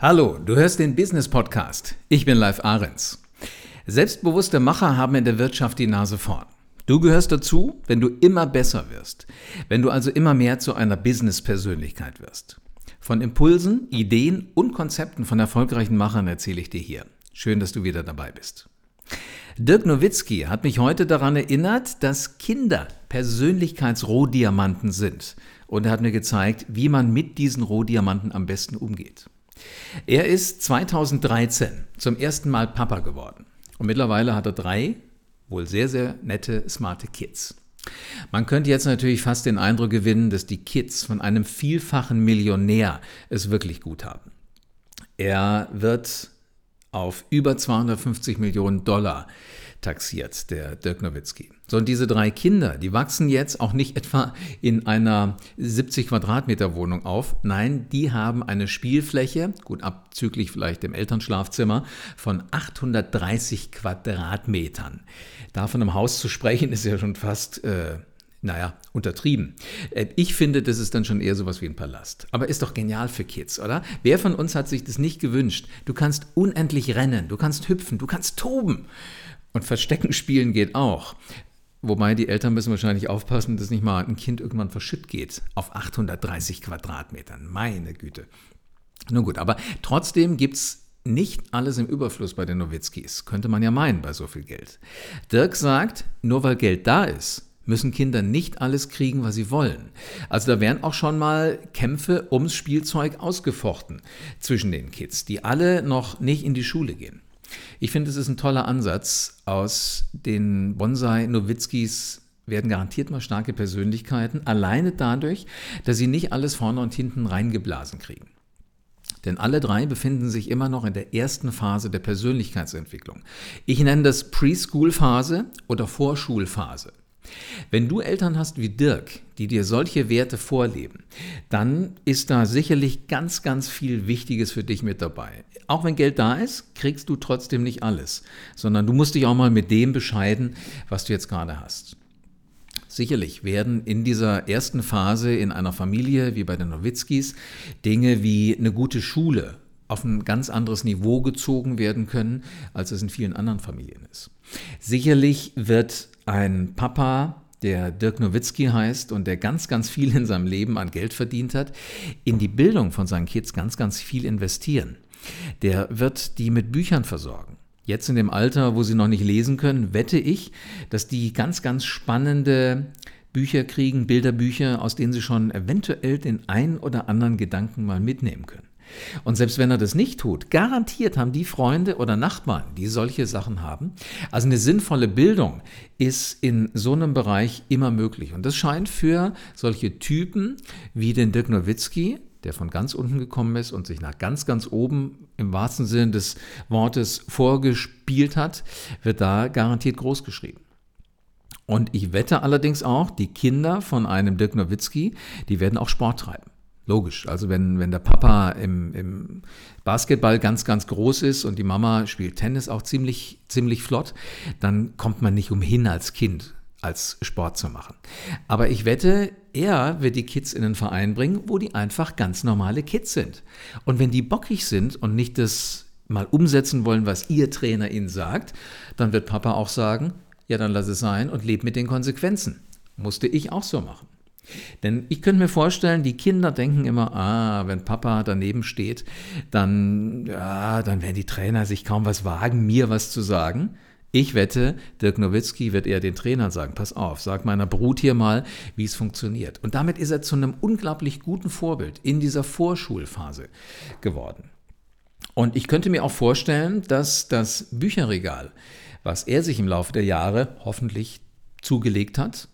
Hallo, du hörst den Business Podcast. Ich bin Live Ahrens. Selbstbewusste Macher haben in der Wirtschaft die Nase vorn. Du gehörst dazu, wenn du immer besser wirst. Wenn du also immer mehr zu einer Business-Persönlichkeit wirst. Von Impulsen, Ideen und Konzepten von erfolgreichen Machern erzähle ich dir hier. Schön, dass du wieder dabei bist. Dirk Nowitzki hat mich heute daran erinnert, dass Kinder Persönlichkeitsrohdiamanten sind. Und er hat mir gezeigt, wie man mit diesen Rohdiamanten am besten umgeht. Er ist 2013 zum ersten Mal Papa geworden. Und mittlerweile hat er 3 wohl sehr, sehr nette, smarte Kids. Man könnte jetzt natürlich fast den Eindruck gewinnen, dass die Kids von einem vielfachen Millionär es wirklich gut haben. Er wird auf über 250 Millionen Dollar taxiert, der Dirk Nowitzki. So, und diese 3 Kinder, die wachsen jetzt auch nicht etwa in einer 70 Quadratmeter Wohnung auf. Nein, die haben eine Spielfläche, gut abzüglich vielleicht dem Elternschlafzimmer, von 830 Quadratmetern. Da von einem Haus zu sprechen, ist ja schon fast untertrieben. Ich finde, das ist dann schon eher sowas wie ein Palast. Aber ist doch genial für Kids, oder? Wer von uns hat sich das nicht gewünscht? Du kannst unendlich rennen, du kannst hüpfen, du kannst toben. Und Verstecken spielen geht auch. Wobei die Eltern müssen wahrscheinlich aufpassen, dass nicht mal ein Kind irgendwann verschütt geht auf 830 Quadratmetern. Meine Güte. Nun gut, aber trotzdem gibt's nicht alles im Überfluss bei den Nowitzkis. Könnte man ja meinen bei so viel Geld. Dirk sagt, nur weil Geld da ist, müssen Kinder nicht alles kriegen, was sie wollen. Also da werden auch schon mal Kämpfe ums Spielzeug ausgefochten zwischen den Kids, die alle noch nicht in die Schule gehen. Ich finde, es ist ein toller Ansatz. Aus den Bonsai-Nowitzkis werden garantiert mal starke Persönlichkeiten, alleine dadurch, dass sie nicht alles vorne und hinten reingeblasen kriegen. Denn alle 3 befinden sich immer noch in der ersten Phase der Persönlichkeitsentwicklung. Ich nenne das Preschool-Phase oder Vorschulphase. Wenn du Eltern hast wie Dirk, die dir solche Werte vorleben, dann ist da sicherlich ganz, ganz viel Wichtiges für dich mit dabei. Auch wenn Geld da ist, kriegst du trotzdem nicht alles, sondern du musst dich auch mal mit dem bescheiden, was du jetzt gerade hast. Sicherlich werden in dieser ersten Phase in einer Familie wie bei den Nowitzkis Dinge wie eine gute Schule auf ein ganz anderes Niveau gezogen werden können, als es in vielen anderen Familien ist. Sicherlich wird ein Papa, der Dirk Nowitzki heißt und der ganz, ganz viel in seinem Leben an Geld verdient hat, in die Bildung von seinen Kids ganz, ganz viel investieren. Der wird die mit Büchern versorgen. Jetzt in dem Alter, wo sie noch nicht lesen können, wette ich, dass die ganz, ganz spannende Bücher kriegen, Bilderbücher, aus denen sie schon eventuell den einen oder anderen Gedanken mal mitnehmen können. Und selbst wenn er das nicht tut, garantiert haben die Freunde oder Nachbarn, die solche Sachen haben. Also eine sinnvolle Bildung ist in so einem Bereich immer möglich. Und das scheint für solche Typen wie den Dirk Nowitzki, der von ganz unten gekommen ist und sich nach ganz, ganz oben im wahrsten Sinne des Wortes vorgespielt hat, wird da garantiert groß geschrieben. Und ich wette allerdings auch, die Kinder von einem Dirk Nowitzki, die werden auch Sport treiben. Logisch, also wenn der Papa im Basketball ganz, ganz groß ist und die Mama spielt Tennis auch ziemlich flott, dann kommt man nicht umhin als Kind, als Sport zu machen. Aber ich wette, er wird die Kids in einen Verein bringen, wo die einfach ganz normale Kids sind. Und wenn die bockig sind und nicht das mal umsetzen wollen, was ihr Trainer ihnen sagt, dann wird Papa auch sagen, ja, dann lass es sein und leb mit den Konsequenzen. Musste ich auch so machen. Denn ich könnte mir vorstellen, die Kinder denken immer, wenn Papa daneben steht, dann werden die Trainer sich kaum was wagen, mir was zu sagen. Ich wette, Dirk Nowitzki wird eher den Trainern sagen, pass auf, sag meiner Brut hier mal, wie es funktioniert. Und damit ist er zu einem unglaublich guten Vorbild in dieser Vorschulphase geworden. Und ich könnte mir auch vorstellen, dass das Bücherregal, was er sich im Laufe der Jahre hoffentlich zugelegt hat,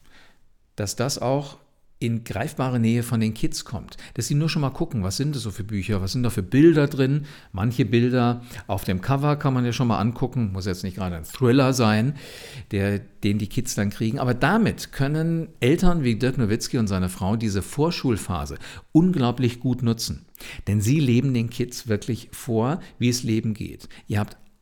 dass das auch in greifbare Nähe von den Kids kommt. Dass sie nur schon mal gucken, was sind das so für Bücher, was sind da für Bilder drin. Manche Bilder auf dem Cover kann man ja schon mal angucken, muss jetzt nicht gerade ein Thriller sein, den die Kids dann kriegen. Aber damit können Eltern wie Dirk Nowitzki und seine Frau diese Vorschulphase unglaublich gut nutzen. Denn sie leben den Kids wirklich vor, wie es Leben geht. Ihr habt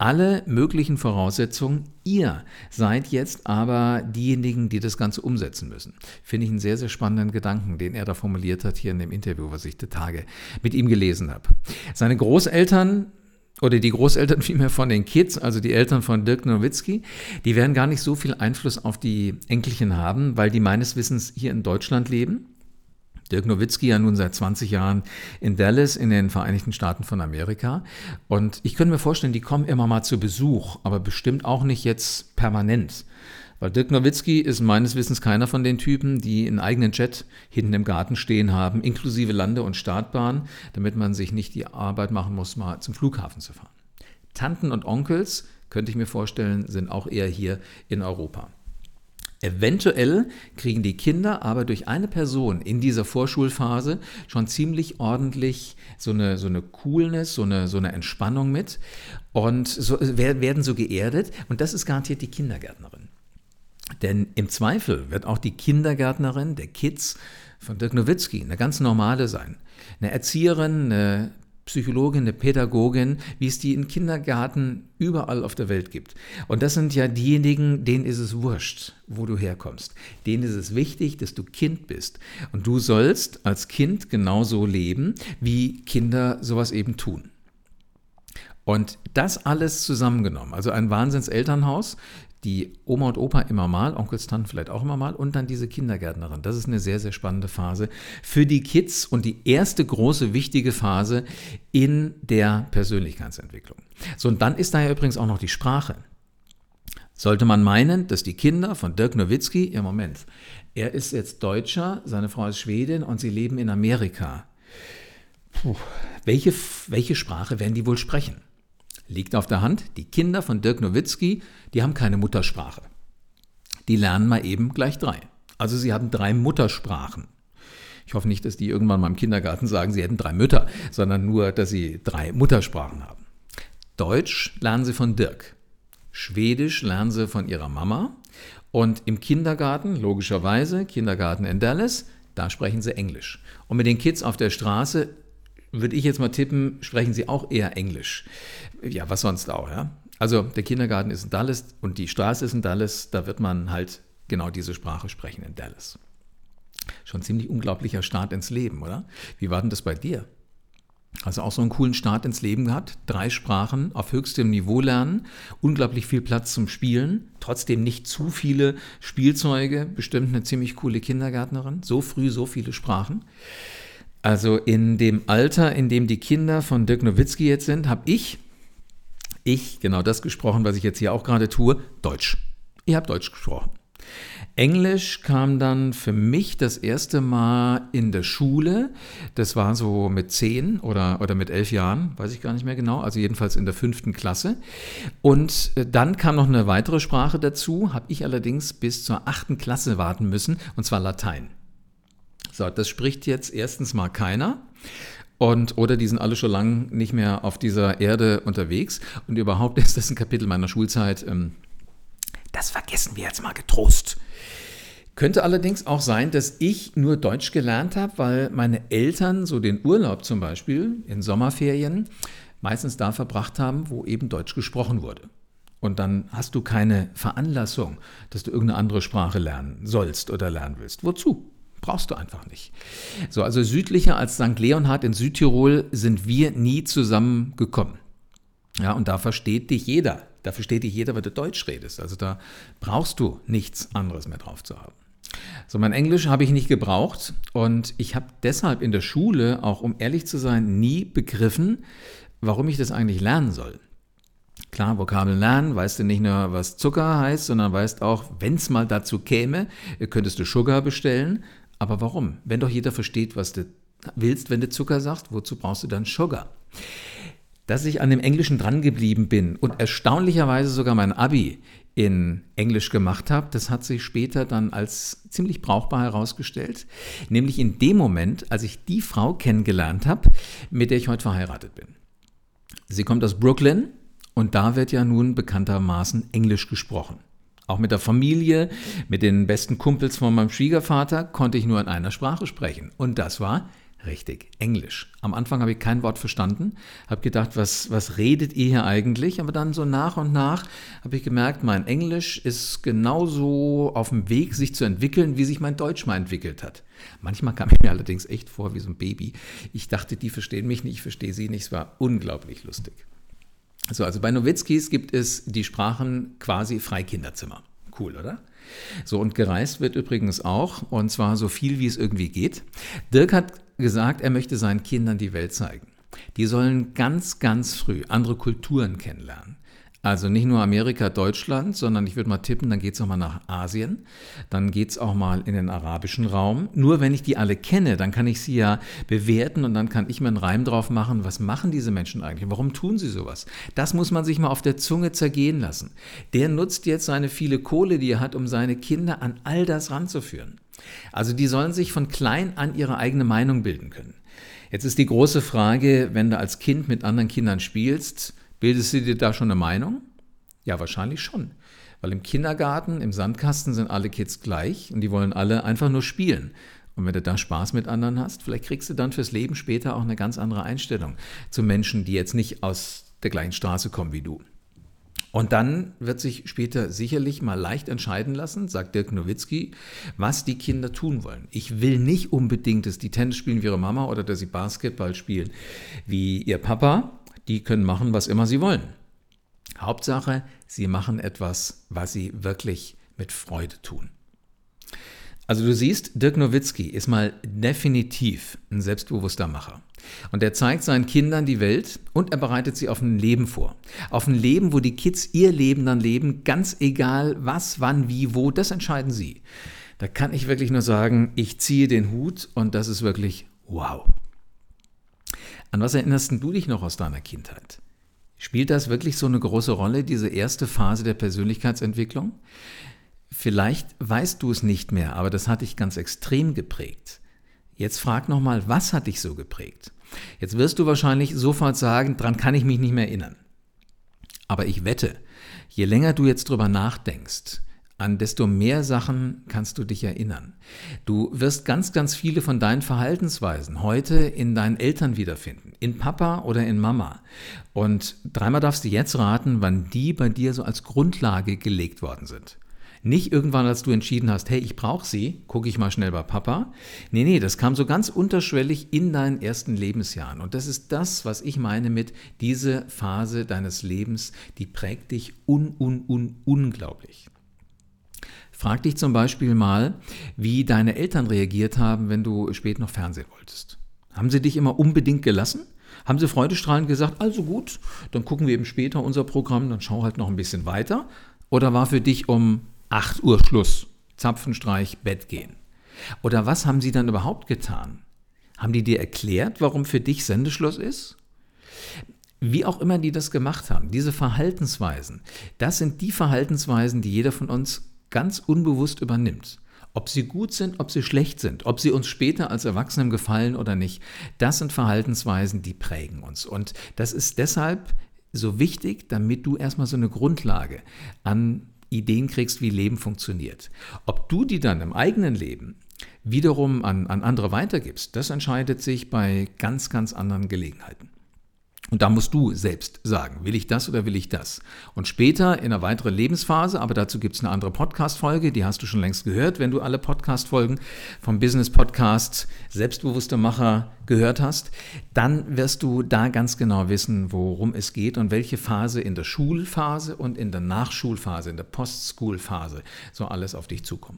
alle möglichen Voraussetzungen. Ihr seid jetzt aber diejenigen, die das Ganze umsetzen müssen. Finde ich einen sehr, sehr spannenden Gedanken, den er da formuliert hat hier in dem Interview, was ich die Tage mit ihm gelesen habe. Seine Großeltern oder die Großeltern vielmehr von den Kids, also die Eltern von Dirk Nowitzki, die werden gar nicht so viel Einfluss auf die Enkelchen haben, weil die meines Wissens hier in Deutschland leben. Dirk Nowitzki ja nun seit 20 Jahren in Dallas in den Vereinigten Staaten von Amerika. Und ich könnte mir vorstellen, die kommen immer mal zu Besuch, aber bestimmt auch nicht jetzt permanent. Weil Dirk Nowitzki ist meines Wissens keiner von den Typen, die einen eigenen Jet hinten im Garten stehen haben, inklusive Lande- und Startbahn, damit man sich nicht die Arbeit machen muss, mal zum Flughafen zu fahren. Tanten und Onkels, könnte ich mir vorstellen, sind auch eher hier in Europa. Eventuell kriegen die Kinder aber durch eine Person in dieser Vorschulphase schon ziemlich ordentlich so eine Coolness, so eine Entspannung mit und werden so geerdet. Und das ist garantiert die Kindergärtnerin. Denn im Zweifel wird auch die Kindergärtnerin der Kids von Dirk Nowitzki eine ganz normale sein. Eine Erzieherin, eine Psychologin, eine Pädagogin, wie es die in Kindergärten überall auf der Welt gibt. Und das sind ja diejenigen, denen ist es wurscht, wo du herkommst. Denen ist es wichtig, dass du Kind bist. Und du sollst als Kind genauso leben, wie Kinder sowas eben tun. Und das alles zusammengenommen, also ein Wahnsinns-Elternhaus, die Oma und Opa immer mal, Onkels, Tanten vielleicht auch immer mal und dann diese Kindergärtnerin. Das ist eine sehr, sehr spannende Phase für die Kids und die erste große, wichtige Phase in der Persönlichkeitsentwicklung. So, und dann ist da ja übrigens auch noch die Sprache. Sollte man meinen, dass die Kinder von Dirk Nowitzki, im Moment, er ist jetzt Deutscher, seine Frau ist Schwedin und sie leben in Amerika. Welche Sprache werden die wohl sprechen? Liegt auf der Hand, die Kinder von Dirk Nowitzki, die haben keine Muttersprache. Die lernen mal eben gleich 3. Also sie haben 3 Muttersprachen. Ich hoffe nicht, dass die irgendwann mal im Kindergarten sagen, sie hätten 3 Mütter, sondern nur, dass sie 3 Muttersprachen haben. Deutsch lernen sie von Dirk. Schwedisch lernen sie von ihrer Mama. Und im Kindergarten, logischerweise, Kindergarten in Dallas, da sprechen sie Englisch. Und mit den Kids auf der Straße würde ich jetzt mal tippen, sprechen sie auch eher Englisch. Ja, was sonst auch, ja. Also der Kindergarten ist in Dallas und die Straße ist in Dallas, da wird man halt genau diese Sprache sprechen in Dallas. Schon ein ziemlich unglaublicher Start ins Leben, oder? Wie war denn das bei dir? Also auch so einen coolen Start ins Leben gehabt, 3 Sprachen auf höchstem Niveau lernen, unglaublich viel Platz zum Spielen, trotzdem nicht zu viele Spielzeuge, bestimmt eine ziemlich coole Kindergärtnerin, so früh so viele Sprachen. Also in dem Alter, in dem die Kinder von Dirk Nowitzki jetzt sind, habe ich genau das gesprochen, was ich jetzt hier auch gerade tue, Deutsch. Ich habe Deutsch gesprochen. Englisch kam dann für mich das erste Mal in der Schule. Das war so mit 10 oder mit 11 Jahren, weiß ich gar nicht mehr genau, also jedenfalls in der 5. Klasse. Und dann kam noch eine weitere Sprache dazu, habe ich allerdings bis zur 8. Klasse warten müssen, und zwar Latein. So, das spricht jetzt erstens mal keiner oder die sind alle schon lange nicht mehr auf dieser Erde unterwegs und überhaupt ist das ein Kapitel meiner Schulzeit, das vergessen wir jetzt mal getrost. Könnte allerdings auch sein, dass ich nur Deutsch gelernt habe, weil meine Eltern so den Urlaub zum Beispiel in Sommerferien meistens da verbracht haben, wo eben Deutsch gesprochen wurde. Und dann hast du keine Veranlassung, dass du irgendeine andere Sprache lernen sollst oder lernen willst. Wozu? Brauchst du einfach nicht. So, also südlicher als St. Leonhard in Südtirol sind wir nie zusammengekommen. Ja, und da versteht dich jeder. Da versteht dich jeder, weil du Deutsch redest. Also da brauchst du nichts anderes mehr drauf zu haben. So, mein Englisch habe ich nicht gebraucht und ich habe deshalb in der Schule, auch um ehrlich zu sein, nie begriffen, warum ich das eigentlich lernen soll. Klar, Vokabeln lernen, weißt du nicht nur, was Zucker heißt, sondern weißt auch, wenn es mal dazu käme, könntest du Sugar bestellen. Aber warum? Wenn doch jeder versteht, was du willst, wenn du Zucker sagst, wozu brauchst du dann Sugar? Dass ich an dem Englischen dran geblieben bin und erstaunlicherweise sogar mein Abi in Englisch gemacht habe, das hat sich später dann als ziemlich brauchbar herausgestellt. Nämlich in dem Moment, als ich die Frau kennengelernt habe, mit der ich heute verheiratet bin. Sie kommt aus Brooklyn und da wird ja nun bekanntermaßen Englisch gesprochen. Auch mit der Familie, mit den besten Kumpels von meinem Schwiegervater konnte ich nur in einer Sprache sprechen. Und das war Richtig, Englisch. Am Anfang habe ich kein Wort verstanden, habe gedacht, was redet ihr hier eigentlich? Aber dann so nach und nach habe ich gemerkt, mein Englisch ist genauso auf dem Weg, sich zu entwickeln, wie sich mein Deutsch mal entwickelt hat. Manchmal kam ich mir allerdings echt vor wie so ein Baby. Ich dachte, die verstehen mich nicht, ich verstehe sie nicht. Es war unglaublich lustig. So, also bei Nowitzkis gibt es die Sprachen quasi Freikinderzimmer. Cool, oder? So, und gereist wird übrigens auch, und zwar so viel, wie es irgendwie geht. Dirk hat gesagt, er möchte seinen Kindern die Welt zeigen. Die sollen ganz, ganz früh andere Kulturen kennenlernen. Also nicht nur Amerika, Deutschland, sondern ich würde mal tippen, dann geht es auch mal nach Asien, dann geht es auch mal in den arabischen Raum. Nur wenn ich die alle kenne, dann kann ich sie ja bewerten und dann kann ich mir einen Reim drauf machen, was machen diese Menschen eigentlich, warum tun sie sowas? Das muss man sich mal auf der Zunge zergehen lassen. Der nutzt jetzt seine viele Kohle, die er hat, um seine Kinder an all das ranzuführen. Also die sollen sich von klein an ihre eigene Meinung bilden können. Jetzt ist die große Frage, wenn du als Kind mit anderen Kindern spielst, bildest du dir da schon eine Meinung? Ja, wahrscheinlich schon. Weil im Kindergarten, im Sandkasten sind alle Kids gleich und die wollen alle einfach nur spielen. Und wenn du da Spaß mit anderen hast, vielleicht kriegst du dann fürs Leben später auch eine ganz andere Einstellung zu Menschen, die jetzt nicht aus der gleichen Straße kommen wie du. Und dann wird sich später sicherlich mal leicht entscheiden lassen, sagt Dirk Nowitzki, was die Kinder tun wollen. Ich will nicht unbedingt, dass die Tennis spielen wie ihre Mama oder dass sie Basketball spielen wie ihr Papa. Die können machen, was immer sie wollen. Hauptsache, sie machen etwas, was sie wirklich mit Freude tun. Also du siehst, Dirk Nowitzki ist mal definitiv ein selbstbewusster Macher. Und er zeigt seinen Kindern die Welt und er bereitet sie auf ein Leben vor. Auf ein Leben, wo die Kids ihr Leben dann leben, ganz egal was, wann, wie, wo, das entscheiden sie. Da kann ich wirklich nur sagen, ich ziehe den Hut und das ist wirklich wow. An was erinnerst du dich noch aus deiner Kindheit? Spielt das wirklich so eine große Rolle, diese erste Phase der Persönlichkeitsentwicklung? Vielleicht weißt du es nicht mehr, aber das hat dich ganz extrem geprägt. Jetzt frag nochmal, was hat dich so geprägt? Jetzt wirst du wahrscheinlich sofort sagen, daran kann ich mich nicht mehr erinnern. Aber ich wette, je länger du jetzt drüber nachdenkst, an desto mehr Sachen kannst du dich erinnern. Du wirst ganz, ganz viele von deinen Verhaltensweisen heute in deinen Eltern wiederfinden, in Papa oder in Mama. Und dreimal darfst du jetzt raten, wann die bei dir so als Grundlage gelegt worden sind. Nicht irgendwann, als du entschieden hast, hey, ich brauche sie, gucke ich mal schnell bei Papa. Nee, das kam so ganz unterschwellig in deinen ersten Lebensjahren. Und das ist das, was ich meine mit diese Phase deines Lebens, die prägt dich unglaublich. Frag dich zum Beispiel mal, wie deine Eltern reagiert haben, wenn du spät noch Fernsehen wolltest. Haben sie dich immer unbedingt gelassen? Haben sie freudestrahlend gesagt, also gut, dann gucken wir eben später unser Programm, dann schau halt noch ein bisschen weiter? Oder war für dich um 8 Uhr Schluss, Zapfenstreich, Bett gehen? Oder was haben sie dann überhaupt getan? Haben die dir erklärt, warum für dich Sendeschluss ist? Wie auch immer die das gemacht haben, diese Verhaltensweisen, das sind die Verhaltensweisen, die jeder von uns ganz unbewusst übernimmt. Ob sie gut sind, ob sie schlecht sind, ob sie uns später als Erwachsenen gefallen oder nicht, das sind Verhaltensweisen, die prägen uns. Und das ist deshalb so wichtig, damit du erstmal so eine Grundlage an Ideen kriegst, wie Leben funktioniert. Ob du die dann im eigenen Leben wiederum an andere weitergibst, das entscheidet sich bei ganz, ganz anderen Gelegenheiten. Und da musst du selbst sagen, will ich das oder will ich das? Und später in einer weiteren Lebensphase, aber dazu gibt es eine andere Podcast-Folge, die hast du schon längst gehört, wenn du alle Podcast-Folgen vom Business-Podcast Selbstbewusster Macher gehört hast, dann wirst du da ganz genau wissen, worum es geht und welche Phase in der Schulphase und in der Nachschulphase, in der Post-School-Phase so alles auf dich zukommt.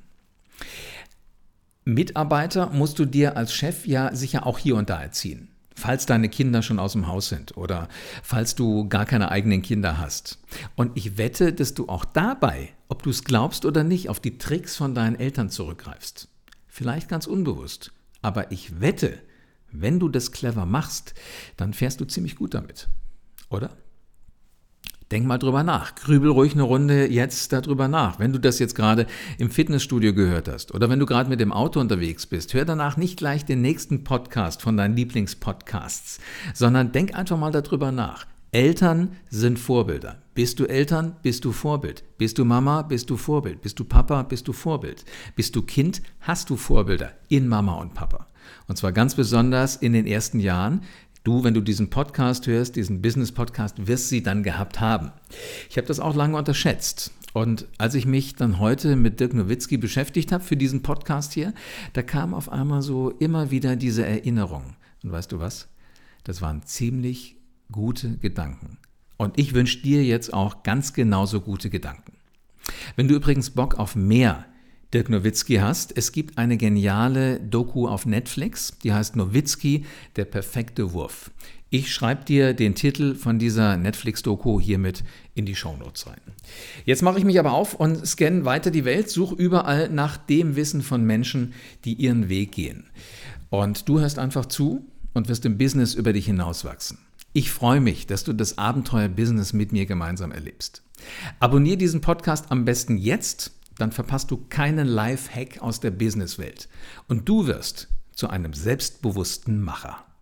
Mitarbeiter musst du dir als Chef ja sicher auch hier und da erziehen. Falls deine Kinder schon aus dem Haus sind oder falls du gar keine eigenen Kinder hast. Und ich wette, dass du auch dabei, ob du es glaubst oder nicht, auf die Tricks von deinen Eltern zurückgreifst. Vielleicht ganz unbewusst, aber ich wette, wenn du das clever machst, dann fährst du ziemlich gut damit, oder? Denk mal drüber nach. Grübel ruhig eine Runde jetzt darüber nach. Wenn du das jetzt gerade im Fitnessstudio gehört hast oder wenn du gerade mit dem Auto unterwegs bist, hör danach nicht gleich den nächsten Podcast von deinen Lieblingspodcasts, sondern denk einfach mal darüber nach. Eltern sind Vorbilder. Bist du Eltern, bist du Vorbild. Bist du Mama, bist du Vorbild. Bist du Papa, bist du Vorbild. Bist du Kind, hast du Vorbilder in Mama und Papa. Und zwar ganz besonders in den ersten Jahren. Du, wenn du diesen Podcast hörst, diesen Business-Podcast, wirst sie dann gehabt haben. Ich habe das auch lange unterschätzt. Und als ich mich dann heute mit Dirk Nowitzki beschäftigt habe für diesen Podcast hier, da kam auf einmal so immer wieder diese Erinnerung. Und weißt du was? Das waren ziemlich gute Gedanken. Und ich wünsche dir jetzt auch ganz genauso gute Gedanken. Wenn du übrigens Bock auf mehr Dirk Nowitzki hast, es gibt eine geniale Doku auf Netflix, die heißt Nowitzki, der perfekte Wurf. Ich schreibe dir den Titel von dieser Netflix-Doku hiermit in die Shownotes rein. Jetzt mache ich mich aber auf und scanne weiter die Welt, suche überall nach dem Wissen von Menschen, die ihren Weg gehen. Und du hörst einfach zu und wirst im Business über dich hinauswachsen. Ich freue mich, dass du das Abenteuer Business mit mir gemeinsam erlebst. Abonniere diesen Podcast am besten jetzt, dann verpasst du keinen Live-Hack aus der Businesswelt. Und du wirst zu einem selbstbewussten Macher.